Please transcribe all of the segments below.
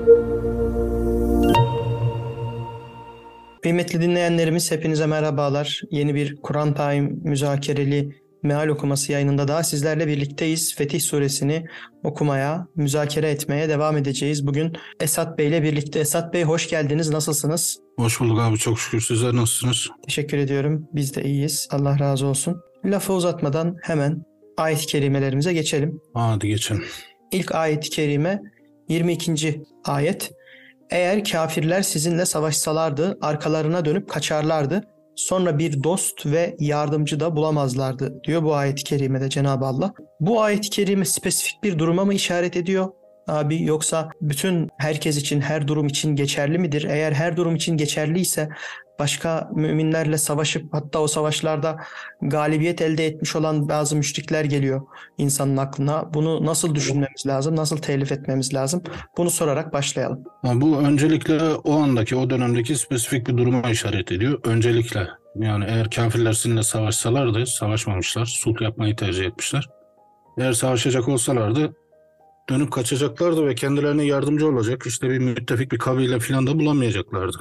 Kıymetli dinleyenlerimiz hepinize merhabalar. Yeni bir Kur'an Time müzakereli meal okuması yayınında daha sizlerle birlikteyiz. Fetih Suresini okumaya, müzakere etmeye devam edeceğiz. Bugün Esat Bey ile birlikte. Esat Bey hoş geldiniz. Nasılsınız? Hoş bulduk abi, çok şükür. Sizler nasılsınız? Teşekkür ediyorum. Biz de iyiyiz. Allah razı olsun. Lafı uzatmadan hemen ayet-i kerimelerimize geçelim. Hadi geçelim. İlk ayet-i kerime 22. ayet. Eğer kafirler sizinle savaşsalardı, arkalarına dönüp kaçarlardı. Sonra bir dost ve yardımcı da bulamazlardı diyor bu ayet-i kerimede Cenab-ı Allah. Bu ayet-i kerime spesifik bir duruma mı işaret ediyor abi, yoksa bütün herkes için, her durum için geçerli midir? Eğer her durum için geçerliyse başka müminlerle savaşıp hatta o savaşlarda galibiyet elde etmiş olan bazı müşrikler geliyor insanın aklına. Bunu nasıl düşünmemiz lazım, nasıl telif etmemiz lazım? Bunu sorarak başlayalım. Bu öncelikle o andaki, o dönemdeki spesifik bir duruma işaret ediyor. Öncelikle yani eğer kafirler sizinle savaşsalardı, savaşmamışlar, sulh yapmayı tercih etmişler. Eğer savaşacak olsalardı dönüp kaçacaklardı ve kendilerine yardımcı olacak işte bir müttefik, bir kabile falan da bulamayacaklardı.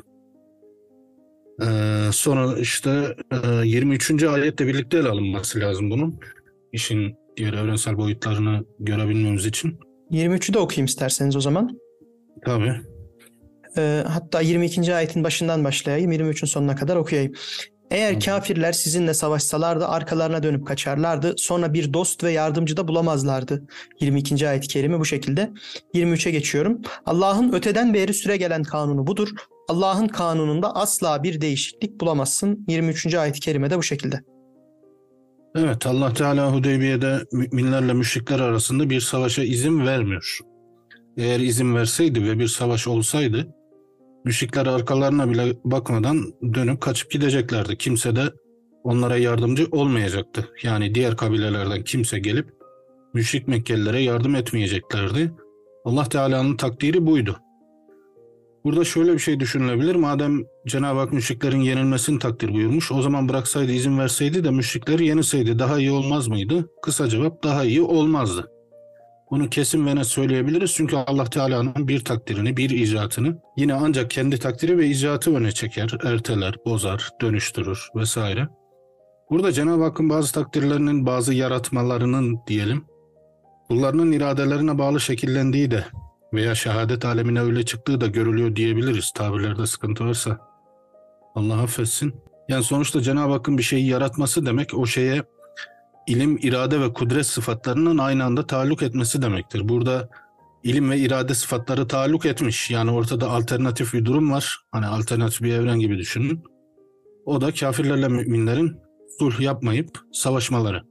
Sonra işte 23. ayetle birlikte ele alınması lazım bunun. İşin diğer evrensel boyutlarını görebilmemiz için. 23'ü de okuyayım isterseniz o zaman. Tabii. Hatta 22. ayetin başından başlayayım, 23'ün sonuna kadar okuyayım. Eğer kafirler sizinle savaşsalardı arkalarına dönüp kaçarlardı. Sonra bir dost ve yardımcı da bulamazlardı. 22. ayet-i kerime bu şekilde. 23'e geçiyorum. Allah'ın öteden beri süregelen kanunu budur. Allah'ın kanununda asla bir değişiklik bulamazsın. 23. ayet-i kerime de bu şekilde. Evet, Allah Teala Hudeybiye'de müminlerle müşrikler arasında bir savaşa izin vermiyor. Eğer izin verseydi ve bir savaş olsaydı müşrikler arkalarına bile bakmadan dönüp kaçıp gideceklerdi. Kimse de onlara yardımcı olmayacaktı. Yani diğer kabilelerden kimse gelip müşrik Mekkelilere yardım etmeyeceklerdi. Allah Teala'nın takdiri buydu. Burada şöyle bir şey düşünülebilir. Madem Cenab-ı Hak müşriklerin yenilmesini takdir buyurmuş, o zaman bıraksaydı, izin verseydi de müşrikleri yenilseydi daha iyi olmaz mıydı? Kısa cevap, daha iyi olmazdı. Bunu kesin ve net söyleyebiliriz çünkü Allah Teala'nın bir takdirini, bir icraatını yine ancak kendi takdiri ve icraatı öne çeker, erteler, bozar, dönüştürür vesaire. Burada Cenab-ı Hakk'ın bazı takdirlerinin, bazı yaratmalarının diyelim, kullarının iradelerine bağlı şekillendiği de veya şehadet alemine öyle çıktığı da görülüyor diyebiliriz. Tabirlerde sıkıntı varsa Allah affetsin. Yani sonuçta Cenab-ı Hakk'ın bir şeyi yaratması demek, o şeye ilim, irade ve kudret sıfatlarının aynı anda taalluk etmesi demektir. Burada ilim ve irade sıfatları taalluk etmiş. Yani ortada alternatif bir durum var. Hani alternatif bir evren gibi düşünün. O da kafirlerle müminlerin sulh yapmayıp savaşmaları.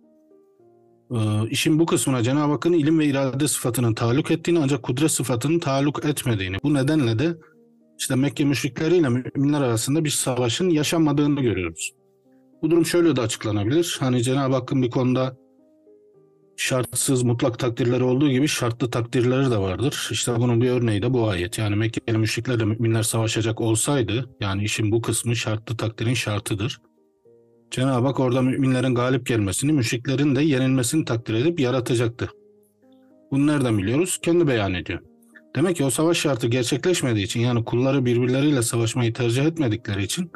İşin bu kısmına Cenab-ı Hakk'ın ilim ve irade sıfatının taalluk ettiğini ancak kudret sıfatının taalluk etmediğini. Bu nedenle de işte Mekke müşrikleriyle müminler arasında bir savaşın yaşanmadığını görüyoruz. Bu durum şöyle de açıklanabilir. Hani Cenab-ı Hakk'ın bir konuda şartsız mutlak takdirleri olduğu gibi şartlı takdirleri de vardır. İşte bunun bir örneği de bu ayet. Yani Mekkeli müşriklerle müminler savaşacak olsaydı, yani işin bu kısmı şartlı takdirin şartıdır. Cenab-ı Hak orada müminlerin galip gelmesini, müşriklerin de yenilmesini takdir edip yaratacaktı. Bunu nereden biliyoruz? Kendi beyan ediyor. Demek ki o savaş şartı gerçekleşmediği için, yani kulları birbirleriyle savaşmayı tercih etmedikleri için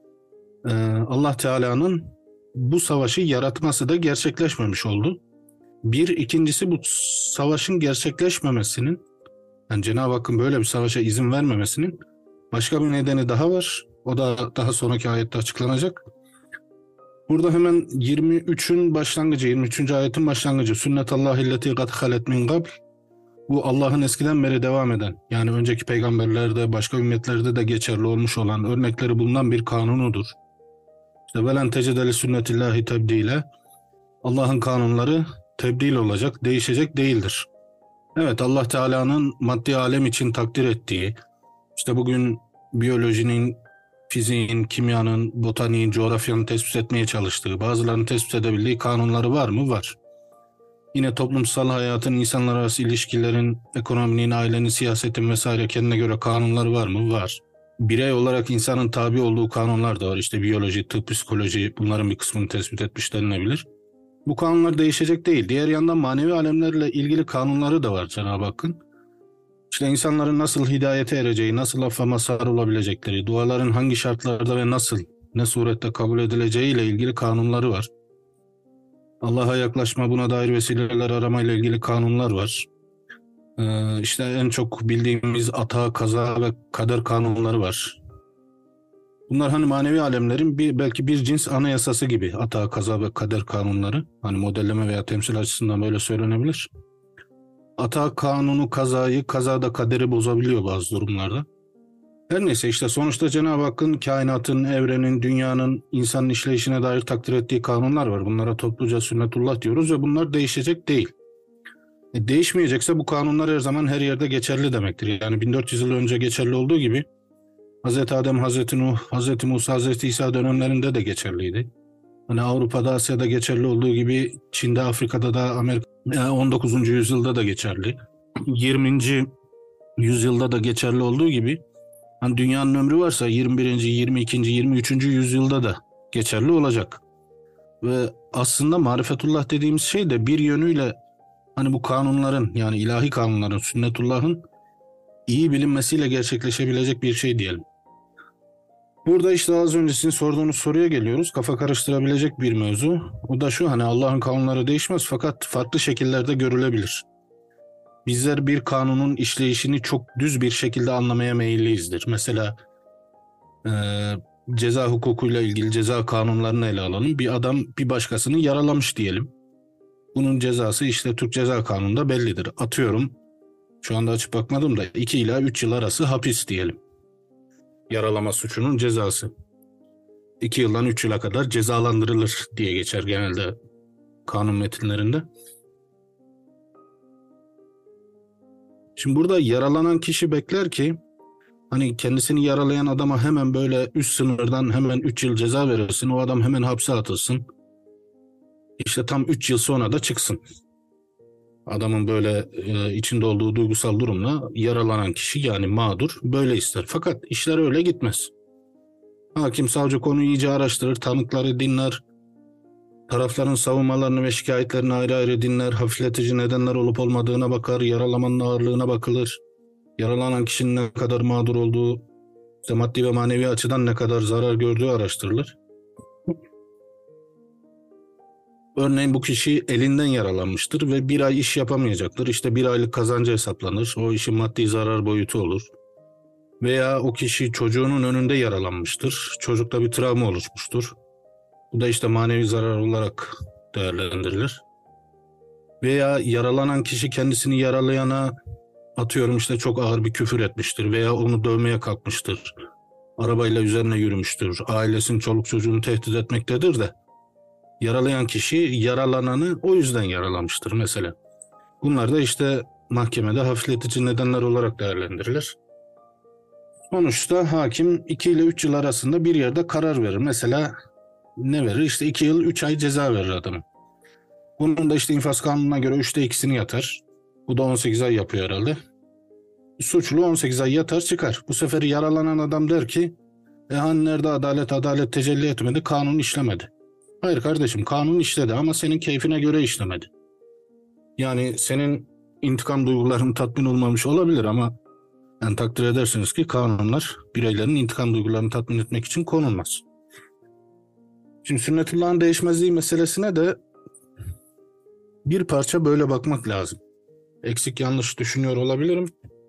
Allah Teala'nın bu savaşı yaratması da gerçekleşmemiş oldu. Bir, ikincisi bu savaşın gerçekleşmemesinin, yani Cenab-ı Hakk'ın böyle bir savaşa izin vermemesinin başka bir nedeni daha var. O da daha sonraki ayette açıklanacak. Burada hemen 23'ün başlangıcı, 23. ayetin başlangıcı. Sünnetallahi lleti kad halet min qabl. Bu Allah'ın eskiden beri devam eden, yani önceki peygamberlerde, başka ümmetlerde de geçerli olmuş olan örnekleri bulunan bir kanunudur. İşte velen tecede li sünnetillahi tebdile. Allah'ın kanunları tebdil olacak, değişecek değildir. Evet, Allah Teala'nın maddi alem için takdir ettiği, işte bugün biyolojinin, fiziğin, kimyanın, botaniğin, coğrafyanın tespit etmeye çalıştığı, bazılarının tespit edebildiği kanunları var mı? Var. Yine toplumsal hayatın, insanlar arası ilişkilerin, ekonominin, ailenin, siyasetin vesaire kendine göre kanunları var mı? Var. Birey olarak insanın tabi olduğu kanunlar da var. İşte biyoloji, tıp, psikoloji, bunların bir kısmını tespit etmiş denilebilir. Bu kanunlar değişecek değil. Diğer yandan manevi alemlerle ilgili kanunları da var Cenab-ı Hakk'ın. İşte insanların nasıl hidayete ereceği, nasıl affa mazhar olabilecekleri, duaların hangi şartlarda ve nasıl, ne surette kabul edileceği ile ilgili kanunları var. Allah'a yaklaşma, buna dair vesileler aramayla ilgili kanunlar var. İşte en çok bildiğimiz ata, kaza ve kader kanunları var. Bunlar hani manevi alemlerin belki bir cins anayasası gibi, ata, kaza ve kader kanunları. Hani modelleme veya temsil açısından böyle söylenebilir. Ata kanunu kazayı, kazada kaderi bozabiliyor bazı durumlarda. Her neyse işte sonuçta Cenab-ı Hakk'ın kainatın, evrenin, dünyanın, insanın işleyişine dair takdir ettiği kanunlar var. Bunlara topluca sünnetullah diyoruz ve bunlar değişecek değil. Değişmeyecekse bu kanunlar her zaman her yerde geçerli demektir. Yani 1400 yıl önce geçerli olduğu gibi Hz. Adem, Hz. Nuh, Hz. Musa, Hz. İsa dönemlerinde de geçerliydi. Hani Avrupa'da, Asya'da geçerli olduğu gibi Çin'de, Afrika'da da, Amerika 19. yüzyılda da geçerli. 20. yüzyılda da geçerli olduğu gibi hani dünyanın ömrü varsa 21. 22. 23. yüzyılda da geçerli olacak. Ve aslında marifetullah dediğimiz şey de bir yönüyle hani bu kanunların, yani ilahi kanunların, sünnetullahın iyi bilinmesiyle gerçekleşebilecek bir şey diyelim. Burada işte az önce sizin sorduğunuz soruya geliyoruz. Kafa karıştırabilecek bir mevzu. O da şu, hani Allah'ın kanunları değişmez fakat farklı şekillerde görülebilir. Bizler bir kanunun işleyişini çok düz bir şekilde anlamaya meyilliyizdir. Mesela ceza hukukuyla ilgili ceza kanunlarını ele alalım. Bir adam bir başkasını yaralamış diyelim. Bunun cezası işte Türk Ceza Kanunu'nda bellidir. Atıyorum, şu anda açıp bakmadım da 2 ila 3 yıl arası hapis diyelim. Yaralama suçunun cezası. 2 yıldan 3 yıla kadar cezalandırılır diye geçer genelde kanun metinlerinde. Şimdi burada yaralanan kişi bekler ki hani kendisini yaralayan adama hemen böyle üst sınırdan hemen 3 yıl ceza verilsin, o adam hemen hapse atılsın. İşte tam 3 yıl sonra da çıksın. Adamın böyle içinde olduğu duygusal durumla yaralanan kişi, yani mağdur, böyle ister. Fakat işler öyle gitmez. Hakim, savcı konuyu iyice araştırır, tanıkları dinler, tarafların savunmalarını ve şikayetlerini ayrı ayrı dinler, hafifletici nedenler olup olmadığına bakar, yaralamanın ağırlığına bakılır, yaralanan kişinin ne kadar mağdur olduğu, işte maddi ve manevi açıdan ne kadar zarar gördüğü araştırılır. Örneğin bu kişi elinden yaralanmıştır ve 1 ay iş yapamayacaktır. İşte 1 aylık kazancı hesaplanır. O işin maddi zarar boyutu olur. Veya o kişi çocuğunun önünde yaralanmıştır. Çocukta bir travma oluşmuştur. Bu da işte manevi zarar olarak değerlendirilir. Veya yaralanan kişi kendisini yaralayana, atıyorum işte çok ağır bir küfür etmiştir veya onu dövmeye kalkmıştır. Arabayla üzerine yürümüştür. Ailesinin, çoluk çocuğunu tehdit etmektedir de yaralayan kişi yaralananı o yüzden yaralamıştır mesela. Bunlar da işte mahkemede hafifletici nedenler olarak değerlendirilir. Sonuçta hakim 2 ile 3 yıl arasında bir yerde karar verir. Mesela ne verir? İşte 2 yıl 3 ay ceza verir adamın. Bunun da işte infaz kanununa göre 3'te 2'sini yatar. Bu da 18 ay yapıyor herhalde. Suçlu 18 ay yatar çıkar. Bu sefer yaralanan adam der ki hani nerede adalet, adalet tecelli etmedi, kanun işlemedi. Hayır kardeşim, kanun işledi ama senin keyfine göre işlemedi. Yani senin intikam duyguların tatmin olmamış olabilir ama yani takdir edersiniz ki kanunlar bireylerin intikam duygularını tatmin etmek için konulmaz. Şimdi sünnetullahın değişmezliği meselesine de bir parça böyle bakmak lazım. Eksik yanlış düşünüyor olabilirim.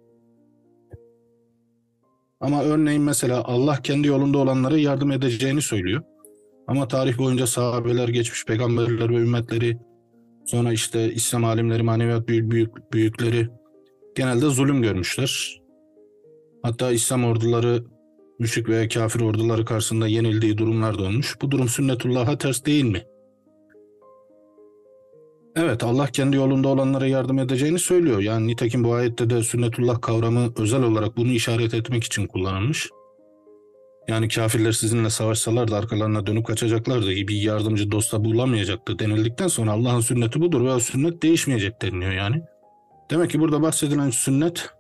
Ama örneğin mesela Allah kendi yolunda olanlara yardım edeceğini söylüyor. Ama tarih boyunca sahabeler, geçmiş peygamberler ve ümmetleri, sonra işte İslam alimleri, maneviyat büyükleri genelde zulüm görmüşler. Hatta İslam orduları müşrik veya kafir orduları karşısında yenildiği durumlar da olmuş. Bu durum sünnetullah'a ters değil mi? Evet, Allah kendi yolunda olanlara yardım edeceğini söylüyor. Yani nitekim bu ayette de sünnetullah kavramı özel olarak bunu işaret etmek için kullanılmış. Yani kafirler sizinle savaşsalar da arkalarına dönüp kaçacaklardı. Bir yardımcı dosta bulamayacaktı denildikten sonra Allah'ın sünneti budur ve o sünnet değişmeyecek deniliyor yani. Demek ki burada bahsedilen sünnet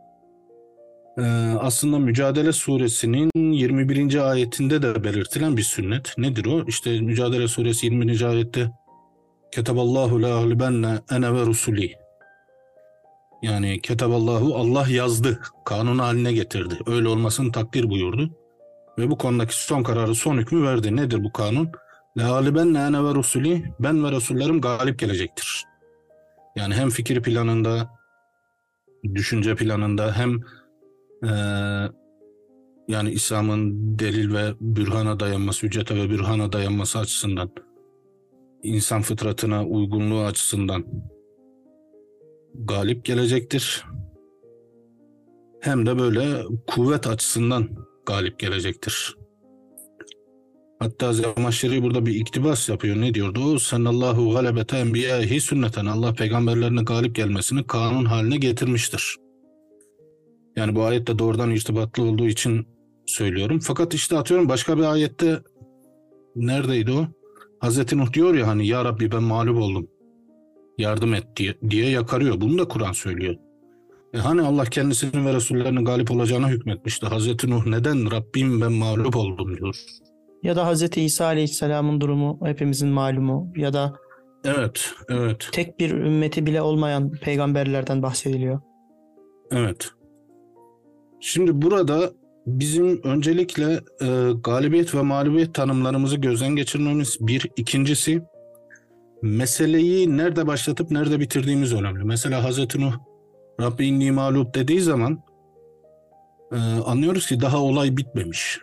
aslında Mücadele Suresinin 21. ayetinde de belirtilen bir sünnet. Nedir o? İşte Mücadele Suresi 20. ayette Keteballahu la ahlibenne ene ve rusuli. Yani keteballahu, Allah yazdı, kanun haline getirdi. Öyle olmasını takdir buyurdu. Ve bu konudaki son kararı, son hükmü verdi. Nedir bu kanun? لَغَالِبَنَّ اَنَا وَرُسُلِي, ben ve Resullerim galip gelecektir. Yani hem fikir planında, düşünce planında, hem yani İslam'ın delil ve bürhana dayanması, hüccete ve bürhana dayanması açısından, insan fıtratına uygunluğu açısından galip gelecektir. Hem de böyle kuvvet açısından galip gelecektir. Hatta Zemaşşeri burada bir iktibas yapıyor. Ne diyordu o? Sennallahu galebete enbiyahi sünneten. Allah peygamberlerine galip gelmesini kanun haline getirmiştir. Yani bu ayette doğrudan irtibatlı olduğu için söylüyorum. Fakat işte atıyorum başka bir ayette, neredeydi o? Hazreti Nuh diyor ya hani, ya Rabbi ben mağlup oldum, yardım et diye yakarıyor. Bunu da Kur'an söylüyor. Hani Allah kendisinin ve Resullerinin galip olacağına hükmetmişti. Hazreti Nuh neden Rabbim ben mağlup oldum diyor. Ya da Hz. İsa Aleyhisselam'ın durumu hepimizin malumu. Ya da Evet, evet, tek bir ümmeti bile olmayan peygamberlerden bahsediliyor. evet. Şimdi burada bizim öncelikle galibiyet ve mağlubiyet tanımlarımızı gözden geçirmemiz bir. İkincisi, meseleyi nerede başlatıp nerede bitirdiğimiz önemli. Mesela Hazreti Nuh Rabbi inni mağlup dediği zaman anlıyoruz ki daha olay bitmemiş.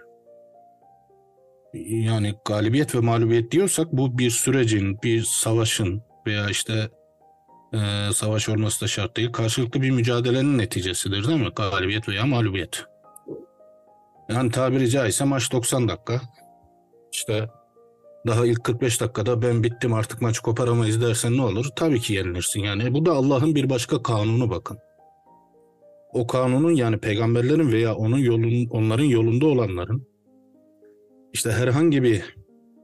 Yani galibiyet ve mağlubiyet diyorsak bu bir sürecin, bir savaşın veya işte savaş olması da şart değil, karşılıklı bir mücadelenin neticesidir değil mi? Galibiyet veya mağlubiyet. Yani tabiri caizse maç 90 dakika. İşte daha ilk 45 dakikada ben bittim artık maçı koparamayız dersen ne olur? Tabii ki yenilirsin yani. Bu da Allah'ın bir başka kanunu bakın. O kanunun, yani peygamberlerin veya onların yolunda olanların işte herhangi bir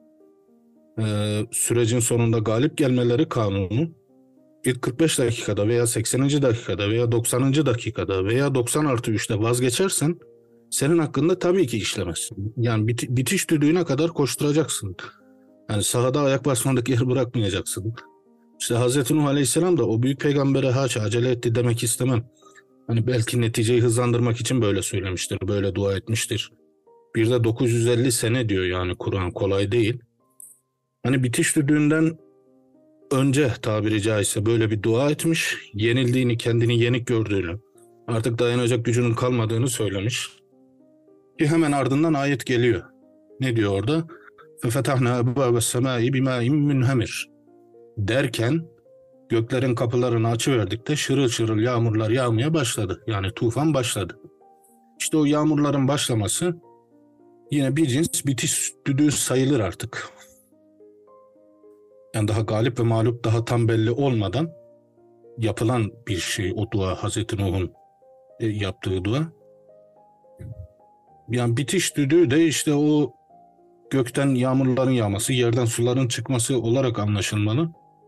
sürecin sonunda galip gelmeleri kanunu ilk 45 dakikada veya 80. dakikada veya 90. dakikada veya 90+3'te vazgeçersen senin hakkında tabii ki işlemez. Yani bitiş düdüğüne kadar koşturacaksın. Yani sahada ayak basmadık yer bırakmayacaksın. İşte Hz. Nuh Aleyhisselam da o büyük peygambere haşa acele etti demek istemem. Hani belki neticeyi hızlandırmak için böyle söylemiştir, böyle dua etmiştir. Bir de 950 sene diyor yani Kur'an, kolay değil. Hani bitiş düdüğünden önce tabiri caizse böyle bir dua etmiş, yenildiğini, kendini yenik gördüğünü, artık dayanacak gücünün kalmadığını söylemiş. Ki hemen ardından ayet geliyor. Ne diyor orada? فَفَتَحْنَا أَبْوَابَ السَّمَاءِ بِمَاءٍ مُنْهَمِرٍ derken göklerin kapılarını açıverdik de şırıl şırıl yağmurlar yağmaya başladı. Yani tufan başladı. İşte o yağmurların başlaması yine bir cins bitiş düdüğü sayılır artık. Yani daha galip ve mağlup daha tam belli olmadan yapılan bir şey o dua, Hazreti Nuh'un yaptığı dua. Yani bitiş düdüğü de işte o gökten yağmurların yağması, yerden suların çıkması olarak anlaşılmalı.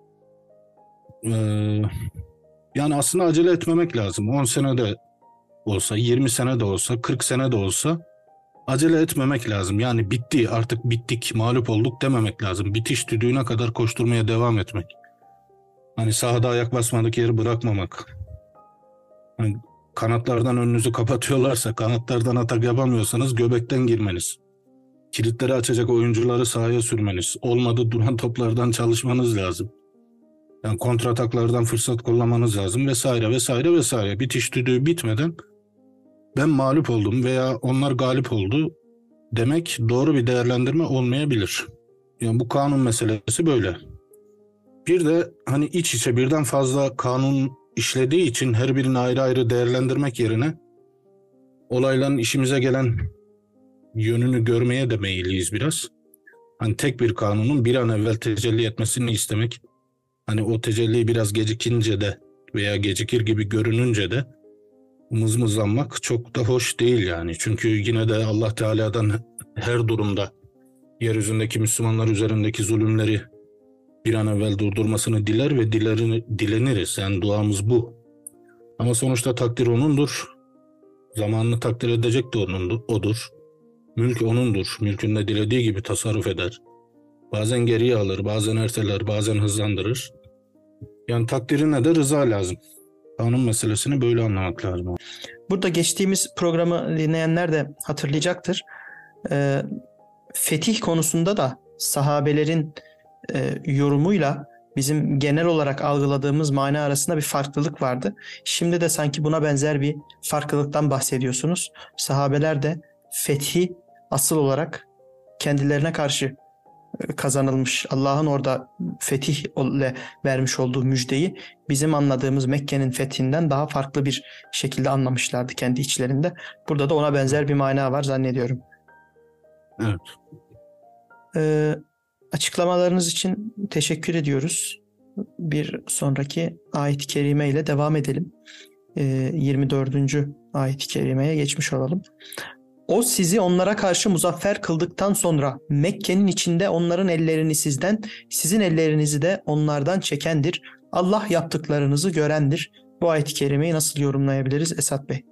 Yani aslında acele etmemek lazım. 10 sene de olsa, 20 sene de olsa, 40 sene de olsa acele etmemek lazım. Yani bitti, artık bittik, mağlup olduk dememek lazım. Bitiş düdüğüne kadar koşturmaya devam etmek. Hani sahada ayak basmadık yeri bırakmamak. Hani kanatlardan önünüzü kapatıyorlarsa, kanatlardan atak yapamıyorsanız göbekten girmeniz. Kilitleri açacak oyuncuları sahaya sürmeniz. Olmadı duran toplardan çalışmanız lazım. Yani kontrataklardan fırsat kullanmanız lazım vesaire vesaire vesaire. Bitiş düdüğü bitmeden ben mağlup oldum veya onlar galip oldu demek doğru bir değerlendirme olmayabilir. Yani bu kanun meselesi böyle. Bir de hani iç içe birden fazla kanun işlediği için her birini ayrı ayrı değerlendirmek yerine olayların işimize gelen yönünü görmeye de meyilliyiz biraz. Hani tek bir kanunun bir an evvel tecelli etmesini istemek, hani o tecelli biraz gecikince de veya gecikir gibi görününce de mızmızlanmak çok da hoş değil yani. Çünkü yine de Allah Teala'dan her durumda yeryüzündeki Müslümanlar üzerindeki zulümleri bir an evvel durdurmasını diler ve dileniriz. Yani duamız bu. Ama sonuçta takdir O'nundur. Zamanını takdir edecek de O'dur. Mülk O'nundur. Mülkünde dilediği gibi tasarruf eder. Bazen geriye alır, bazen erteler, bazen hızlandırır. Yani takdirine de rıza lazım. Kanun meselesini böyle anlamak lazım. Burada geçtiğimiz programı dinleyenler de hatırlayacaktır. Fetih konusunda da sahabelerin yorumuyla bizim genel olarak algıladığımız mana arasında bir farklılık vardı. Şimdi de sanki buna benzer bir farklılıktan bahsediyorsunuz. Sahabeler de fethi asıl olarak kendilerine karşı kazanılmış, Allah'ın orada fetihle vermiş olduğu müjdeyi bizim anladığımız Mekke'nin fethinden daha farklı bir şekilde anlamışlardı kendi içlerinde. Burada da ona benzer bir mana var zannediyorum. Evet. Açıklamalarınız için teşekkür ediyoruz. Bir sonraki ayet-i kerime ile devam edelim. 24. ayet-i kerimeye geçmiş olalım. O sizi onlara karşı muzaffer kıldıktan sonra Mekke'nin içinde onların ellerini sizden, sizin ellerinizi de onlardan çekendir. Allah yaptıklarınızı görendir. Bu ayet-i kerimeyi nasıl yorumlayabiliriz Esat Bey?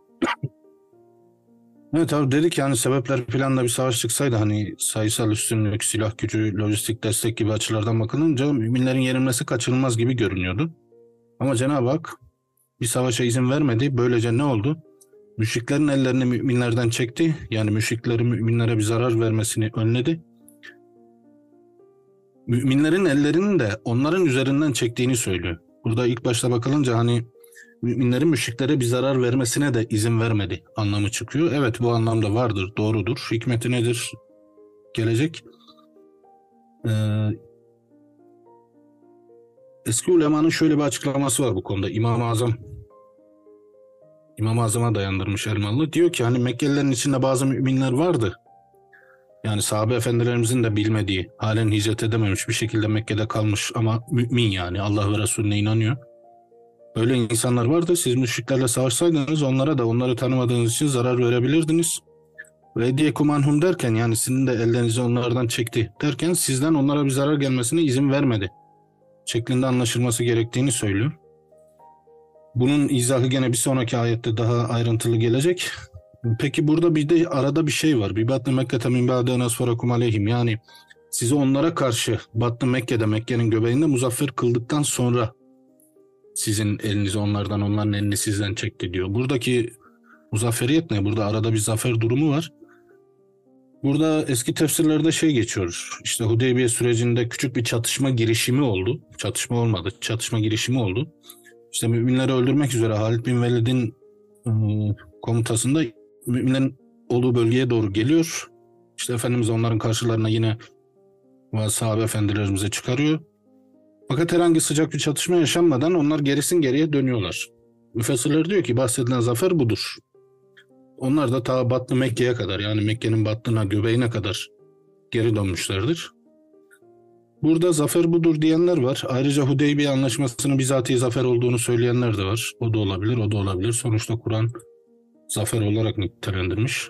Evet abi, dedik yani sebepler planla bir savaş çıksaydı, hani sayısal üstünlük, silah gücü, lojistik destek gibi açılardan bakılınca müminlerin yenilmesi kaçınılmaz gibi görünüyordu. Ama Cenab-ı Hak bir savaşa izin vermedi. Böylece ne oldu? Müşriklerin ellerini müminlerden çekti. Yani müşriklerin müminlere bir zarar vermesini önledi. Müminlerin ellerinin de onların üzerinden çektiğini söylüyor. Burada ilk başta bakılınca hani müminlerin müşriklere bir zarar vermesine de izin vermedi anlamı çıkıyor. Evet, bu anlamda vardır, doğrudur. Hikmeti nedir? Gelecek. Eski ulemanın şöyle bir açıklaması var bu konuda. İmam-ı Azam'a dayandırmış Elmalı. Diyor ki hani Mekkelilerin içinde bazı müminler vardı. Yani sahabe efendilerimizin de bilmediği, halen hicret edememiş, bir şekilde Mekke'de kalmış ama mümin, yani Allah ve Resulüne inanıyor. Böyle insanlar vardı. Siz müşriklerle savaşsaydınız onlara da onları tanımadığınız için zarar verebilirdiniz. Ve hediyekum anhum derken, yani sizin de ellerinizi onlardan çekti derken sizden onlara bir zarar gelmesine izin vermedi şeklinde anlaşılması gerektiğini söylüyor. Bunun izahı gene bir sonraki ayette daha ayrıntılı gelecek. Peki burada bir de arada bir şey var. Bir batlı Mekke'te min ba'de nasfarakum aleyhim. Yani sizi onlara karşı batlı Mekke'de, Mekke'nin göbeğinde muzaffer kıldıktan sonra sizin elinizi onlardan, onların elini sizden çekti diyor. Buradaki muzafferiyet ne? Burada arada bir zafer durumu var. Burada eski tefsirlerde şey geçiyor. İşte Hudeybiye sürecinde küçük bir çatışma girişimi oldu. Çatışma olmadı. Çatışma girişimi oldu. İşte müminleri öldürmek üzere Halid bin Velid'in komutasında müminlerin olduğu bölgeye doğru geliyor. İşte Efendimiz onların karşılarına yine sahabe efendilerimize çıkarıyor. Fakat herhangi sıcak bir çatışma yaşanmadan onlar gerisin geriye dönüyorlar. Müfessirler diyor ki bahsedilen zafer budur. Onlar da ta Batlı Mekke'ye kadar, yani Mekke'nin battına, göbeğine kadar geri dönmüşlerdir. Burada zafer budur diyenler var. Ayrıca Hudeybiye Anlaşması'nın bizatihi zafer olduğunu söyleyenler de var. O da olabilir, o da olabilir. Sonuçta Kur'an zafer olarak nitelendirmiş.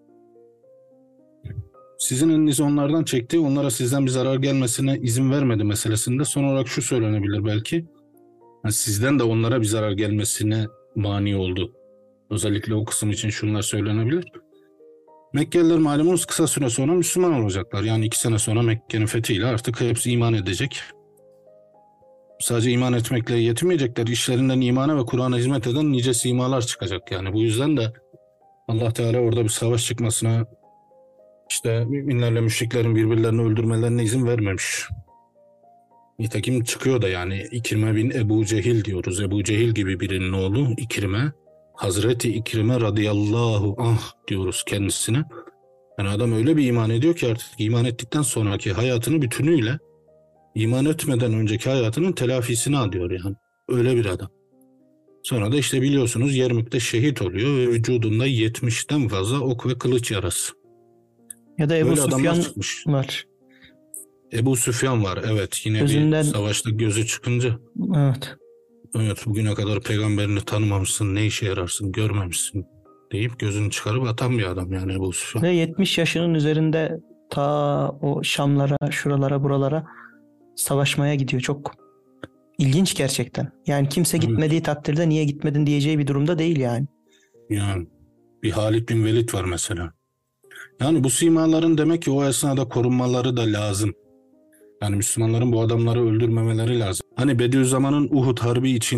Sizin elinizi onlardan çekti, onlara sizden bir zarar gelmesine izin vermedi meselesinde son olarak şu söylenebilir belki. Yani sizden de onlara bir zarar gelmesine mani oldu. Özellikle o kısım için şunlar söylenebilir. Mekkeliler malumunuz kısa süre sonra Müslüman olacaklar. Yani 2 sene sonra Mekke'nin fethiyle artık hepsi iman edecek. Sadece iman etmekle yetinmeyecekler. İşlerinden imana ve Kur'an'a hizmet eden nice simalar çıkacak. Yani bu yüzden de Allah Teala orada bir savaş çıkmasına, işte müminlerle müşriklerin birbirlerini öldürmelerine izin vermemiş. Nitekim çıkıyor da, yani İkrime bin Ebu Cehil diyoruz. Ebu Cehil gibi birinin oğlu İkrime. Hazreti İkrime radıyallahu anh diyoruz kendisine. Yani adam öyle bir iman ediyor ki artık iman ettikten sonraki hayatını bütünüyle iman etmeden önceki hayatının telafisini alıyor yani. Öyle bir adam. Sonra da işte biliyorsunuz Yermük'te şehit oluyor ve vücudunda 70'ten fazla ok ve kılıç yarası. Ya da Ebu Böyle Süfyan çıkmış. var. Ebu Süfyan var, evet, yine Gözünden... bir savaşta gözü çıkınca. Evet. Evet, bugüne kadar peygamberini tanımamışsın, ne işe yararsın, görmemişsin deyip gözünü çıkarıp atan bir adam yani Ebu Süfyan. Ve 70 yaşının üzerinde ta o Şamlara, şuralara, buralara savaşmaya gidiyor. Çok ilginç gerçekten. Yani kimse gitmediği takdirde niye gitmedin diyeceği bir durumda değil yani. Yani bir Halid bin Velid var mesela. Yani bu simaların demek ki o esnada korunmaları da lazım. Yani Müslümanların bu adamları öldürmemeleri lazım. Hani Bediüzzaman'ın Uhud Harbi için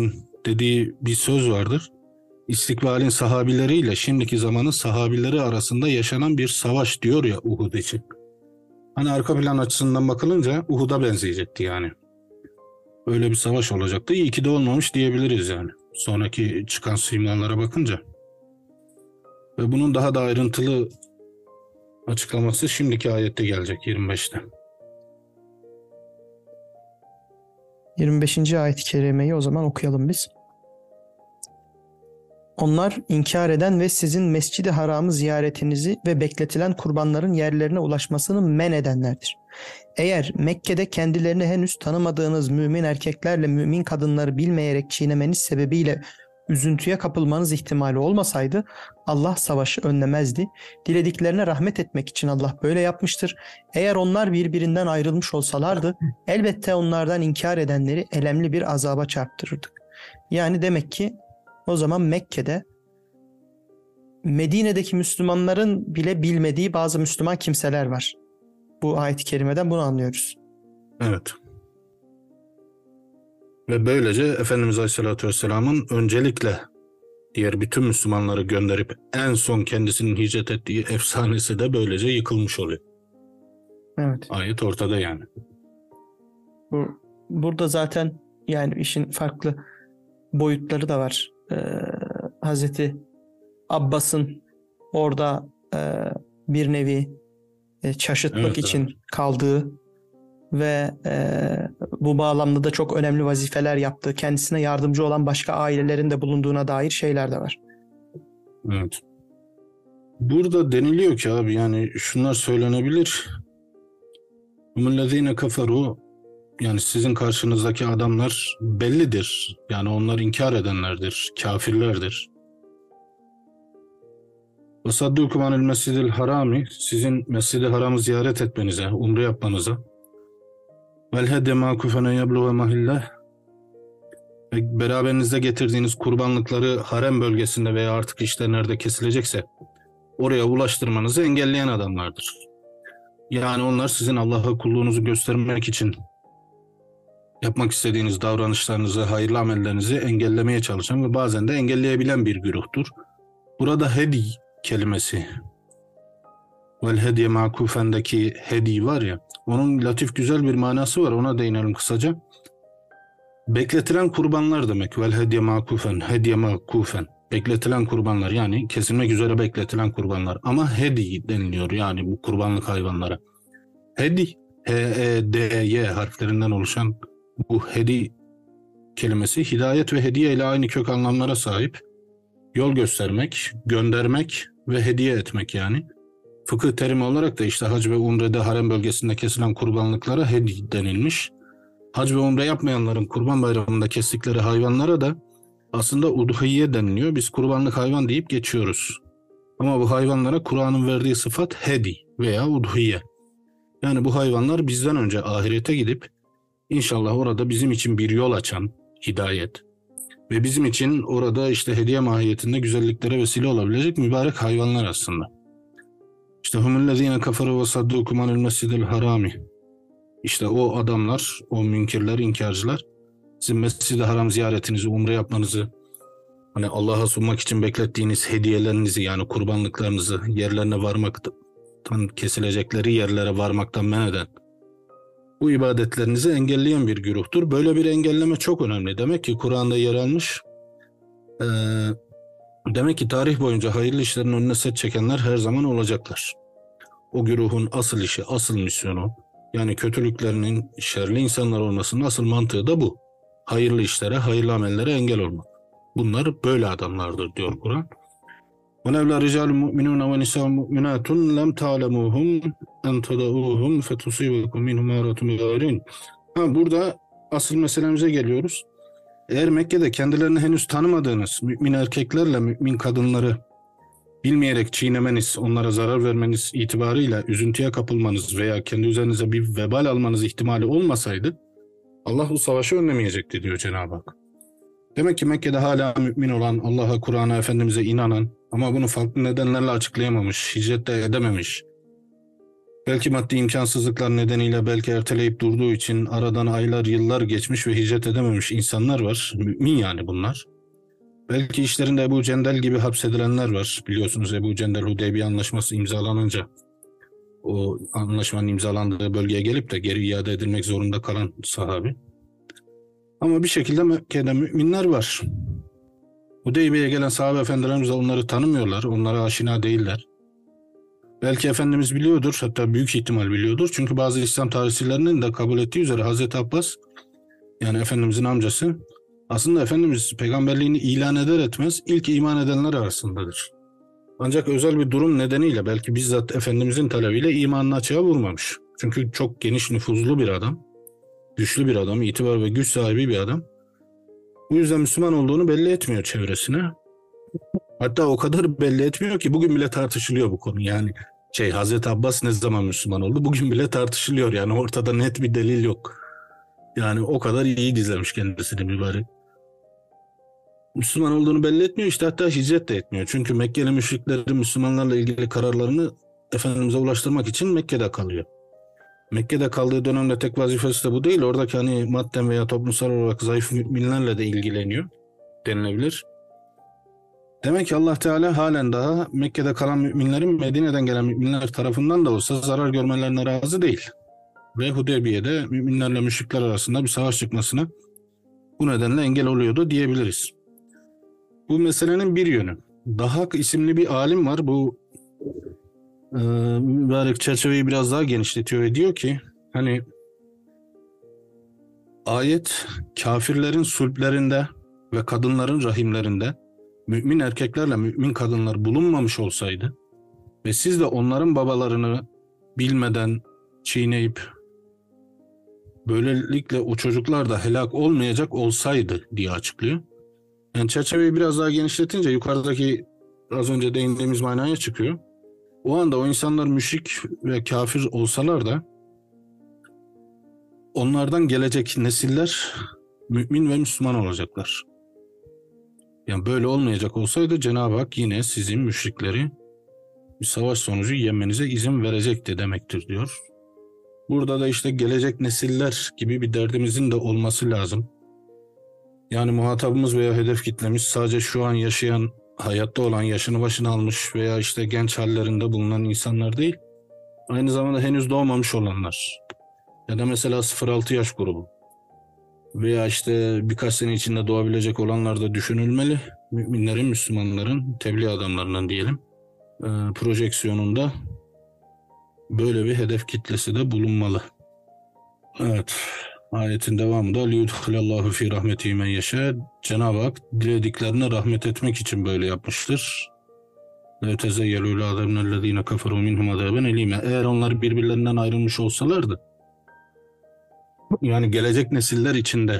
dediği bir söz vardır. İstikbalin sahabileriyle şimdiki zamanın sahabileri arasında yaşanan bir savaş diyor ya Uhud için. Hani arka plan açısından bakılınca Uhud'a benzeyecekti yani. Öyle bir savaş olacaktı. İyi ki de olmamış diyebiliriz yani. Sonraki çıkan simalara bakınca. Ve bunun daha da ayrıntılı açıklaması şimdiki ayette gelecek 25'te. 25. ayet-i kerimeyi o zaman okuyalım biz. Onlar inkar eden ve sizin Mescid-i Haram'ı ziyaretinizi ve bekletilen kurbanların yerlerine ulaşmasını men edenlerdir. Eğer Mekke'de kendilerini henüz tanımadığınız mümin erkeklerle mümin kadınları bilmeyerek çiğnemeniz sebebiyle üzüntüye kapılmanız ihtimali olmasaydı Allah savaşı önlemezdi. Dilediklerine rahmet etmek için Allah böyle yapmıştır. Eğer onlar birbirinden ayrılmış olsalardı elbette onlardan inkar edenleri elemli bir azaba çarptırırdık. Yani demek ki o zaman Mekke'de Medine'deki Müslümanların bile bilmediği bazı Müslüman kimseler var. Bu ayet-i kerimeden bunu anlıyoruz. Evet. Ve böylece Efendimiz Aleyhisselatü Vesselam'ın öncelikle diğer bütün Müslümanları gönderip en son kendisinin hicret ettiği efsanesi de böylece yıkılmış oluyor. Evet. Ayet ortada yani. Burada zaten yani işin farklı boyutları da var. Hazreti Abbas'ın orada bir nevi şaşırtmak için kaldığı ve bu bağlamda da çok önemli vazifeler yaptığı, kendisine yardımcı olan başka ailelerin de bulunduğuna dair şeyler de var. Evet. Burada deniliyor ki abi yani şunlar söylenebilir. Humullezine kaferu, yani sizin karşınızdaki adamlar bellidir. Yani onlar inkar edenlerdir, kafirlerdir. Ve saddukum anil mescidil harami, sizin Mescid-i Haram'ı ziyaret etmenize, umre yapmanıza. Vel hedye makufene yebluğe mahillah, ve beraberinizde getirdiğiniz kurbanlıkları harem bölgesinde veya artık işte nerede kesilecekse oraya ulaştırmanızı engelleyen adamlardır. Yani onlar sizin Allah'a kulluğunuzu göstermek için yapmak istediğiniz davranışlarınızı, hayırlı amellerinizi engellemeye çalışan ve bazen de engelleyebilen bir güruhtur. Burada hedi kelimesi, vel hediye makufendeki hedi var ya, onun latif güzel bir manası var, ona değinelim kısaca. Bekletilen kurbanlar demek. Vel hediye makufen, hediye makufen. Bekletilen kurbanlar, yani kesilmek üzere bekletilen kurbanlar. Ama hedi deniliyor yani bu kurbanlık hayvanlara. Hedi, H-E-D-Y harflerinden oluşan bu hedi kelimesi hidayet ve hediye ile aynı kök anlamlara sahip. Yol göstermek, göndermek ve hediye etmek yani. Fıkıh terimi olarak da işte hac ve umrede harem bölgesinde kesilen kurbanlıklara hedi denilmiş. Hac ve umre yapmayanların kurban bayramında kestikleri hayvanlara da aslında udhiye deniliyor. Biz kurbanlık hayvan deyip geçiyoruz. Ama bu hayvanlara Kur'an'ın verdiği sıfat hedi veya udhiye. Yani bu hayvanlar bizden önce ahirete gidip inşallah orada bizim için bir yol açan hidayet ve bizim için orada işte hediye mahiyetinde güzelliklere vesile olabilecek mübarek hayvanlar aslında. İşte humullezine kaferu ve saddukum anil mescidil harami. İşte o adamlar, o münkirler, inkarcılar sizin Mescid-i Haram ziyaretinizi, umre yapmanızı, hani Allah'a sunmak için beklettiğiniz hediyelerinizi yani kurbanlıklarınızı yerlerine varmaktan, kesilecekleri yerlere varmaktan men eden bu ibadetlerinizi engelleyen bir güruhtur. Böyle bir engelleme çok önemli. Demek ki Kur'an'da yer almış. Demek ki tarih boyunca hayırlı işlerin önüne set çekenler her zaman olacaklar. O güruhun asıl işi, asıl misyonu, yani kötülüklerinin, şerli insanlar olmasının asıl mantığı da bu. Hayırlı işlere, hayırlı amellere engel olmak. Bunlar böyle adamlardır diyor Kur'an. وَلَوْلَا رِجَالٌ مُؤْمِنُونَ وَنِسَاءٌ مُؤْمِنَاتٌ لَمْ تَعْلَمُوهُمْ أَنْ تَدَعُوهُمْ فَتُصِيبَكُمْ مِنْهُمْ مَارَةٌ بِغَيْرٍ. Burada asıl meselemize geliyoruz. Eğer Mekke'de kendilerini henüz tanımadığınız mümin erkeklerle mümin kadınları bilmeyerek çiğnemeniz, onlara zarar vermeniz itibarıyla üzüntüye kapılmanız veya kendi üzerinize bir vebal almanız ihtimali olmasaydı Allah bu savaşı önlemeyecekti diyor Cenab-ı Hak. Demek ki Mekke'de hala mümin olan, Allah'a, Kur'an'a, Efendimiz'e inanan ama bunu farklı nedenlerle açıklayamamış, hicret de edememiş Belki maddi imkansızlıklar nedeniyle, belki erteleyip durduğu için aradan aylar yıllar geçmiş ve hicret edememiş insanlar var. Mümin yani bunlar. Belki işlerinde Ebu Cendel gibi hapsedilenler var. Biliyorsunuz Ebu Cendel Hudeybiye Anlaşması imzalanınca o anlaşmanın imzalandığı bölgeye gelip de geri iade edilmek zorunda kalan sahabi. Ama bir şekilde Mekke'de müminler var. Hudeybiye'ye gelen sahabe efendilerimiz de onları tanımıyorlar. Onlara aşina değiller. Belki Efendimiz biliyordur, hatta büyük ihtimal biliyordur. Çünkü bazı İslam tarihçilerinin de kabul ettiği üzere Hazreti Abbas, yani Efendimizin amcası, aslında Efendimiz peygamberliğini ilan eder etmez ilk iman edenler arasındadır. Ancak özel bir durum nedeniyle, belki bizzat Efendimizin talebiyle imanını açığa vurmamış. Çünkü çok geniş nüfuzlu bir adam, güçlü bir adam, itibar ve güç sahibi bir adam. Bu yüzden Müslüman olduğunu belli etmiyor çevresine. Hatta o kadar belli etmiyor ki bugün bile tartışılıyor bu konu. Yani Hazreti Abbas ne zaman Müslüman oldu? Bugün bile tartışılıyor. Yani ortada net bir delil yok. Yani o kadar iyi gizlemiş kendisini mübarek. Müslüman olduğunu belli etmiyor, işte hatta hicret de etmiyor. Çünkü Mekkeli müşrikleri Müslümanlarla ilgili kararlarını Efendimiz'e ulaştırmak için Mekke'de kalıyor. Mekke'de kaldığı dönemde tek vazifesi de bu değil. Oradaki hani madden veya toplumsal olarak zayıf müminlerle de ilgileniyor denilebilir. Demek ki Allah Teala halen daha Mekke'de kalan müminlerin Medine'den gelen müminler tarafından da olsa zarar görmelerine razı değil. Ve Hudeybiye'de müminlerle müşrikler arasında bir savaş çıkmasına bu nedenle engel oluyordu diyebiliriz. Bu meselenin bir yönü. Dahak isimli bir alim var. Bu mübarek çerçeveyi biraz daha genişletiyor ve diyor ki hani ayet kafirlerin sulplerinde ve kadınların rahimlerinde mümin erkeklerle mümin kadınlar bulunmamış olsaydı ve siz de onların babalarını bilmeden çiğneyip böylelikle o çocuklar da helak olmayacak olsaydı diye açıklıyor. Yani çerçeveyi biraz daha genişletince yukarıdaki az önce değindiğimiz manaya çıkıyor. O anda o insanlar müşrik ve kafir olsalar da onlardan gelecek nesiller mümin ve Müslüman olacaklar. Yani böyle olmayacak olsaydı Cenab-ı Hak yine sizin müşrikleri bir savaş sonucu yenmenize izin verecekti demektir diyor. Burada da işte gelecek nesiller gibi bir derdimizin de olması lazım. Yani muhatabımız veya hedef kitlemiz sadece şu an yaşayan, hayatta olan, yaşını başına almış veya işte genç hallerinde bulunan insanlar değil. Aynı zamanda henüz doğmamış olanlar. Ya da mesela 0-6 yaş grubu. Veya işte birkaç sene içinde doğabilecek olanlar da düşünülmeli. Müminlerin, Müslümanların, tebliğ adamlarının diyelim projeksiyonunda böyle bir hedef kitlesi de bulunmalı. Evet. Ayetin devamında liyudhilallahu fi rahmetihi men yeşâ. Cenab-ı Hak dilediklerine rahmet etmek için böyle yapmıştır. Letezeyyelû lâzemnellezîne kaferû minhum azâben elîme. Eğer onlar birbirlerinden ayrılmış olsalardı, yani gelecek nesiller içinde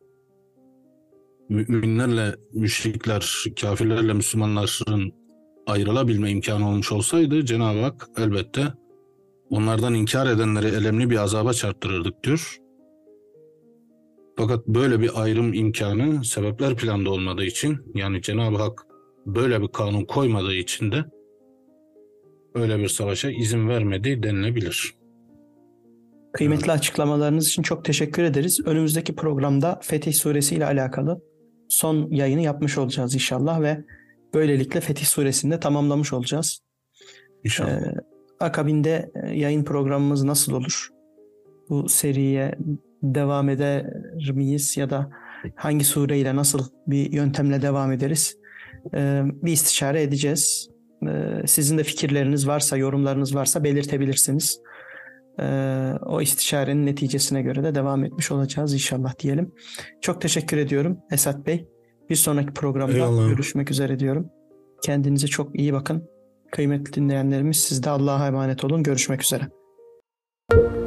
müminlerle müşrikler, kafirlerle Müslümanların ayrılabilme imkanı olmuş olsaydı Cenab-ı Hak elbette onlardan inkar edenleri elemli bir azaba çarptırırdık diyor. Fakat böyle bir ayrım imkanı sebepler planda olmadığı için, yani Cenab-ı Hak böyle bir kanun koymadığı için de öyle bir savaşa izin vermedi denilebilir. Kıymetli açıklamalarınız için çok teşekkür ederiz. Önümüzdeki programda Fetih Suresi ile alakalı son yayını yapmış olacağız inşallah ve böylelikle Fetih Suresini de tamamlamış olacağız. İnşallah. Akabinde yayın programımız nasıl olur? Bu seriye devam eder miyiz ya da hangi sureyle nasıl bir yöntemle devam ederiz? Bir istişare edeceğiz. Sizin de fikirleriniz varsa, yorumlarınız varsa belirtebilirsiniz. O istişarenin neticesine göre de devam etmiş olacağız inşallah diyelim. Çok teşekkür ediyorum Esat Bey. Bir sonraki programda Eyvallah. görüşmek üzere diyorum. Kendinize çok iyi bakın. Kıymetli dinleyenlerimiz siz de Allah'a emanet olun. Görüşmek üzere.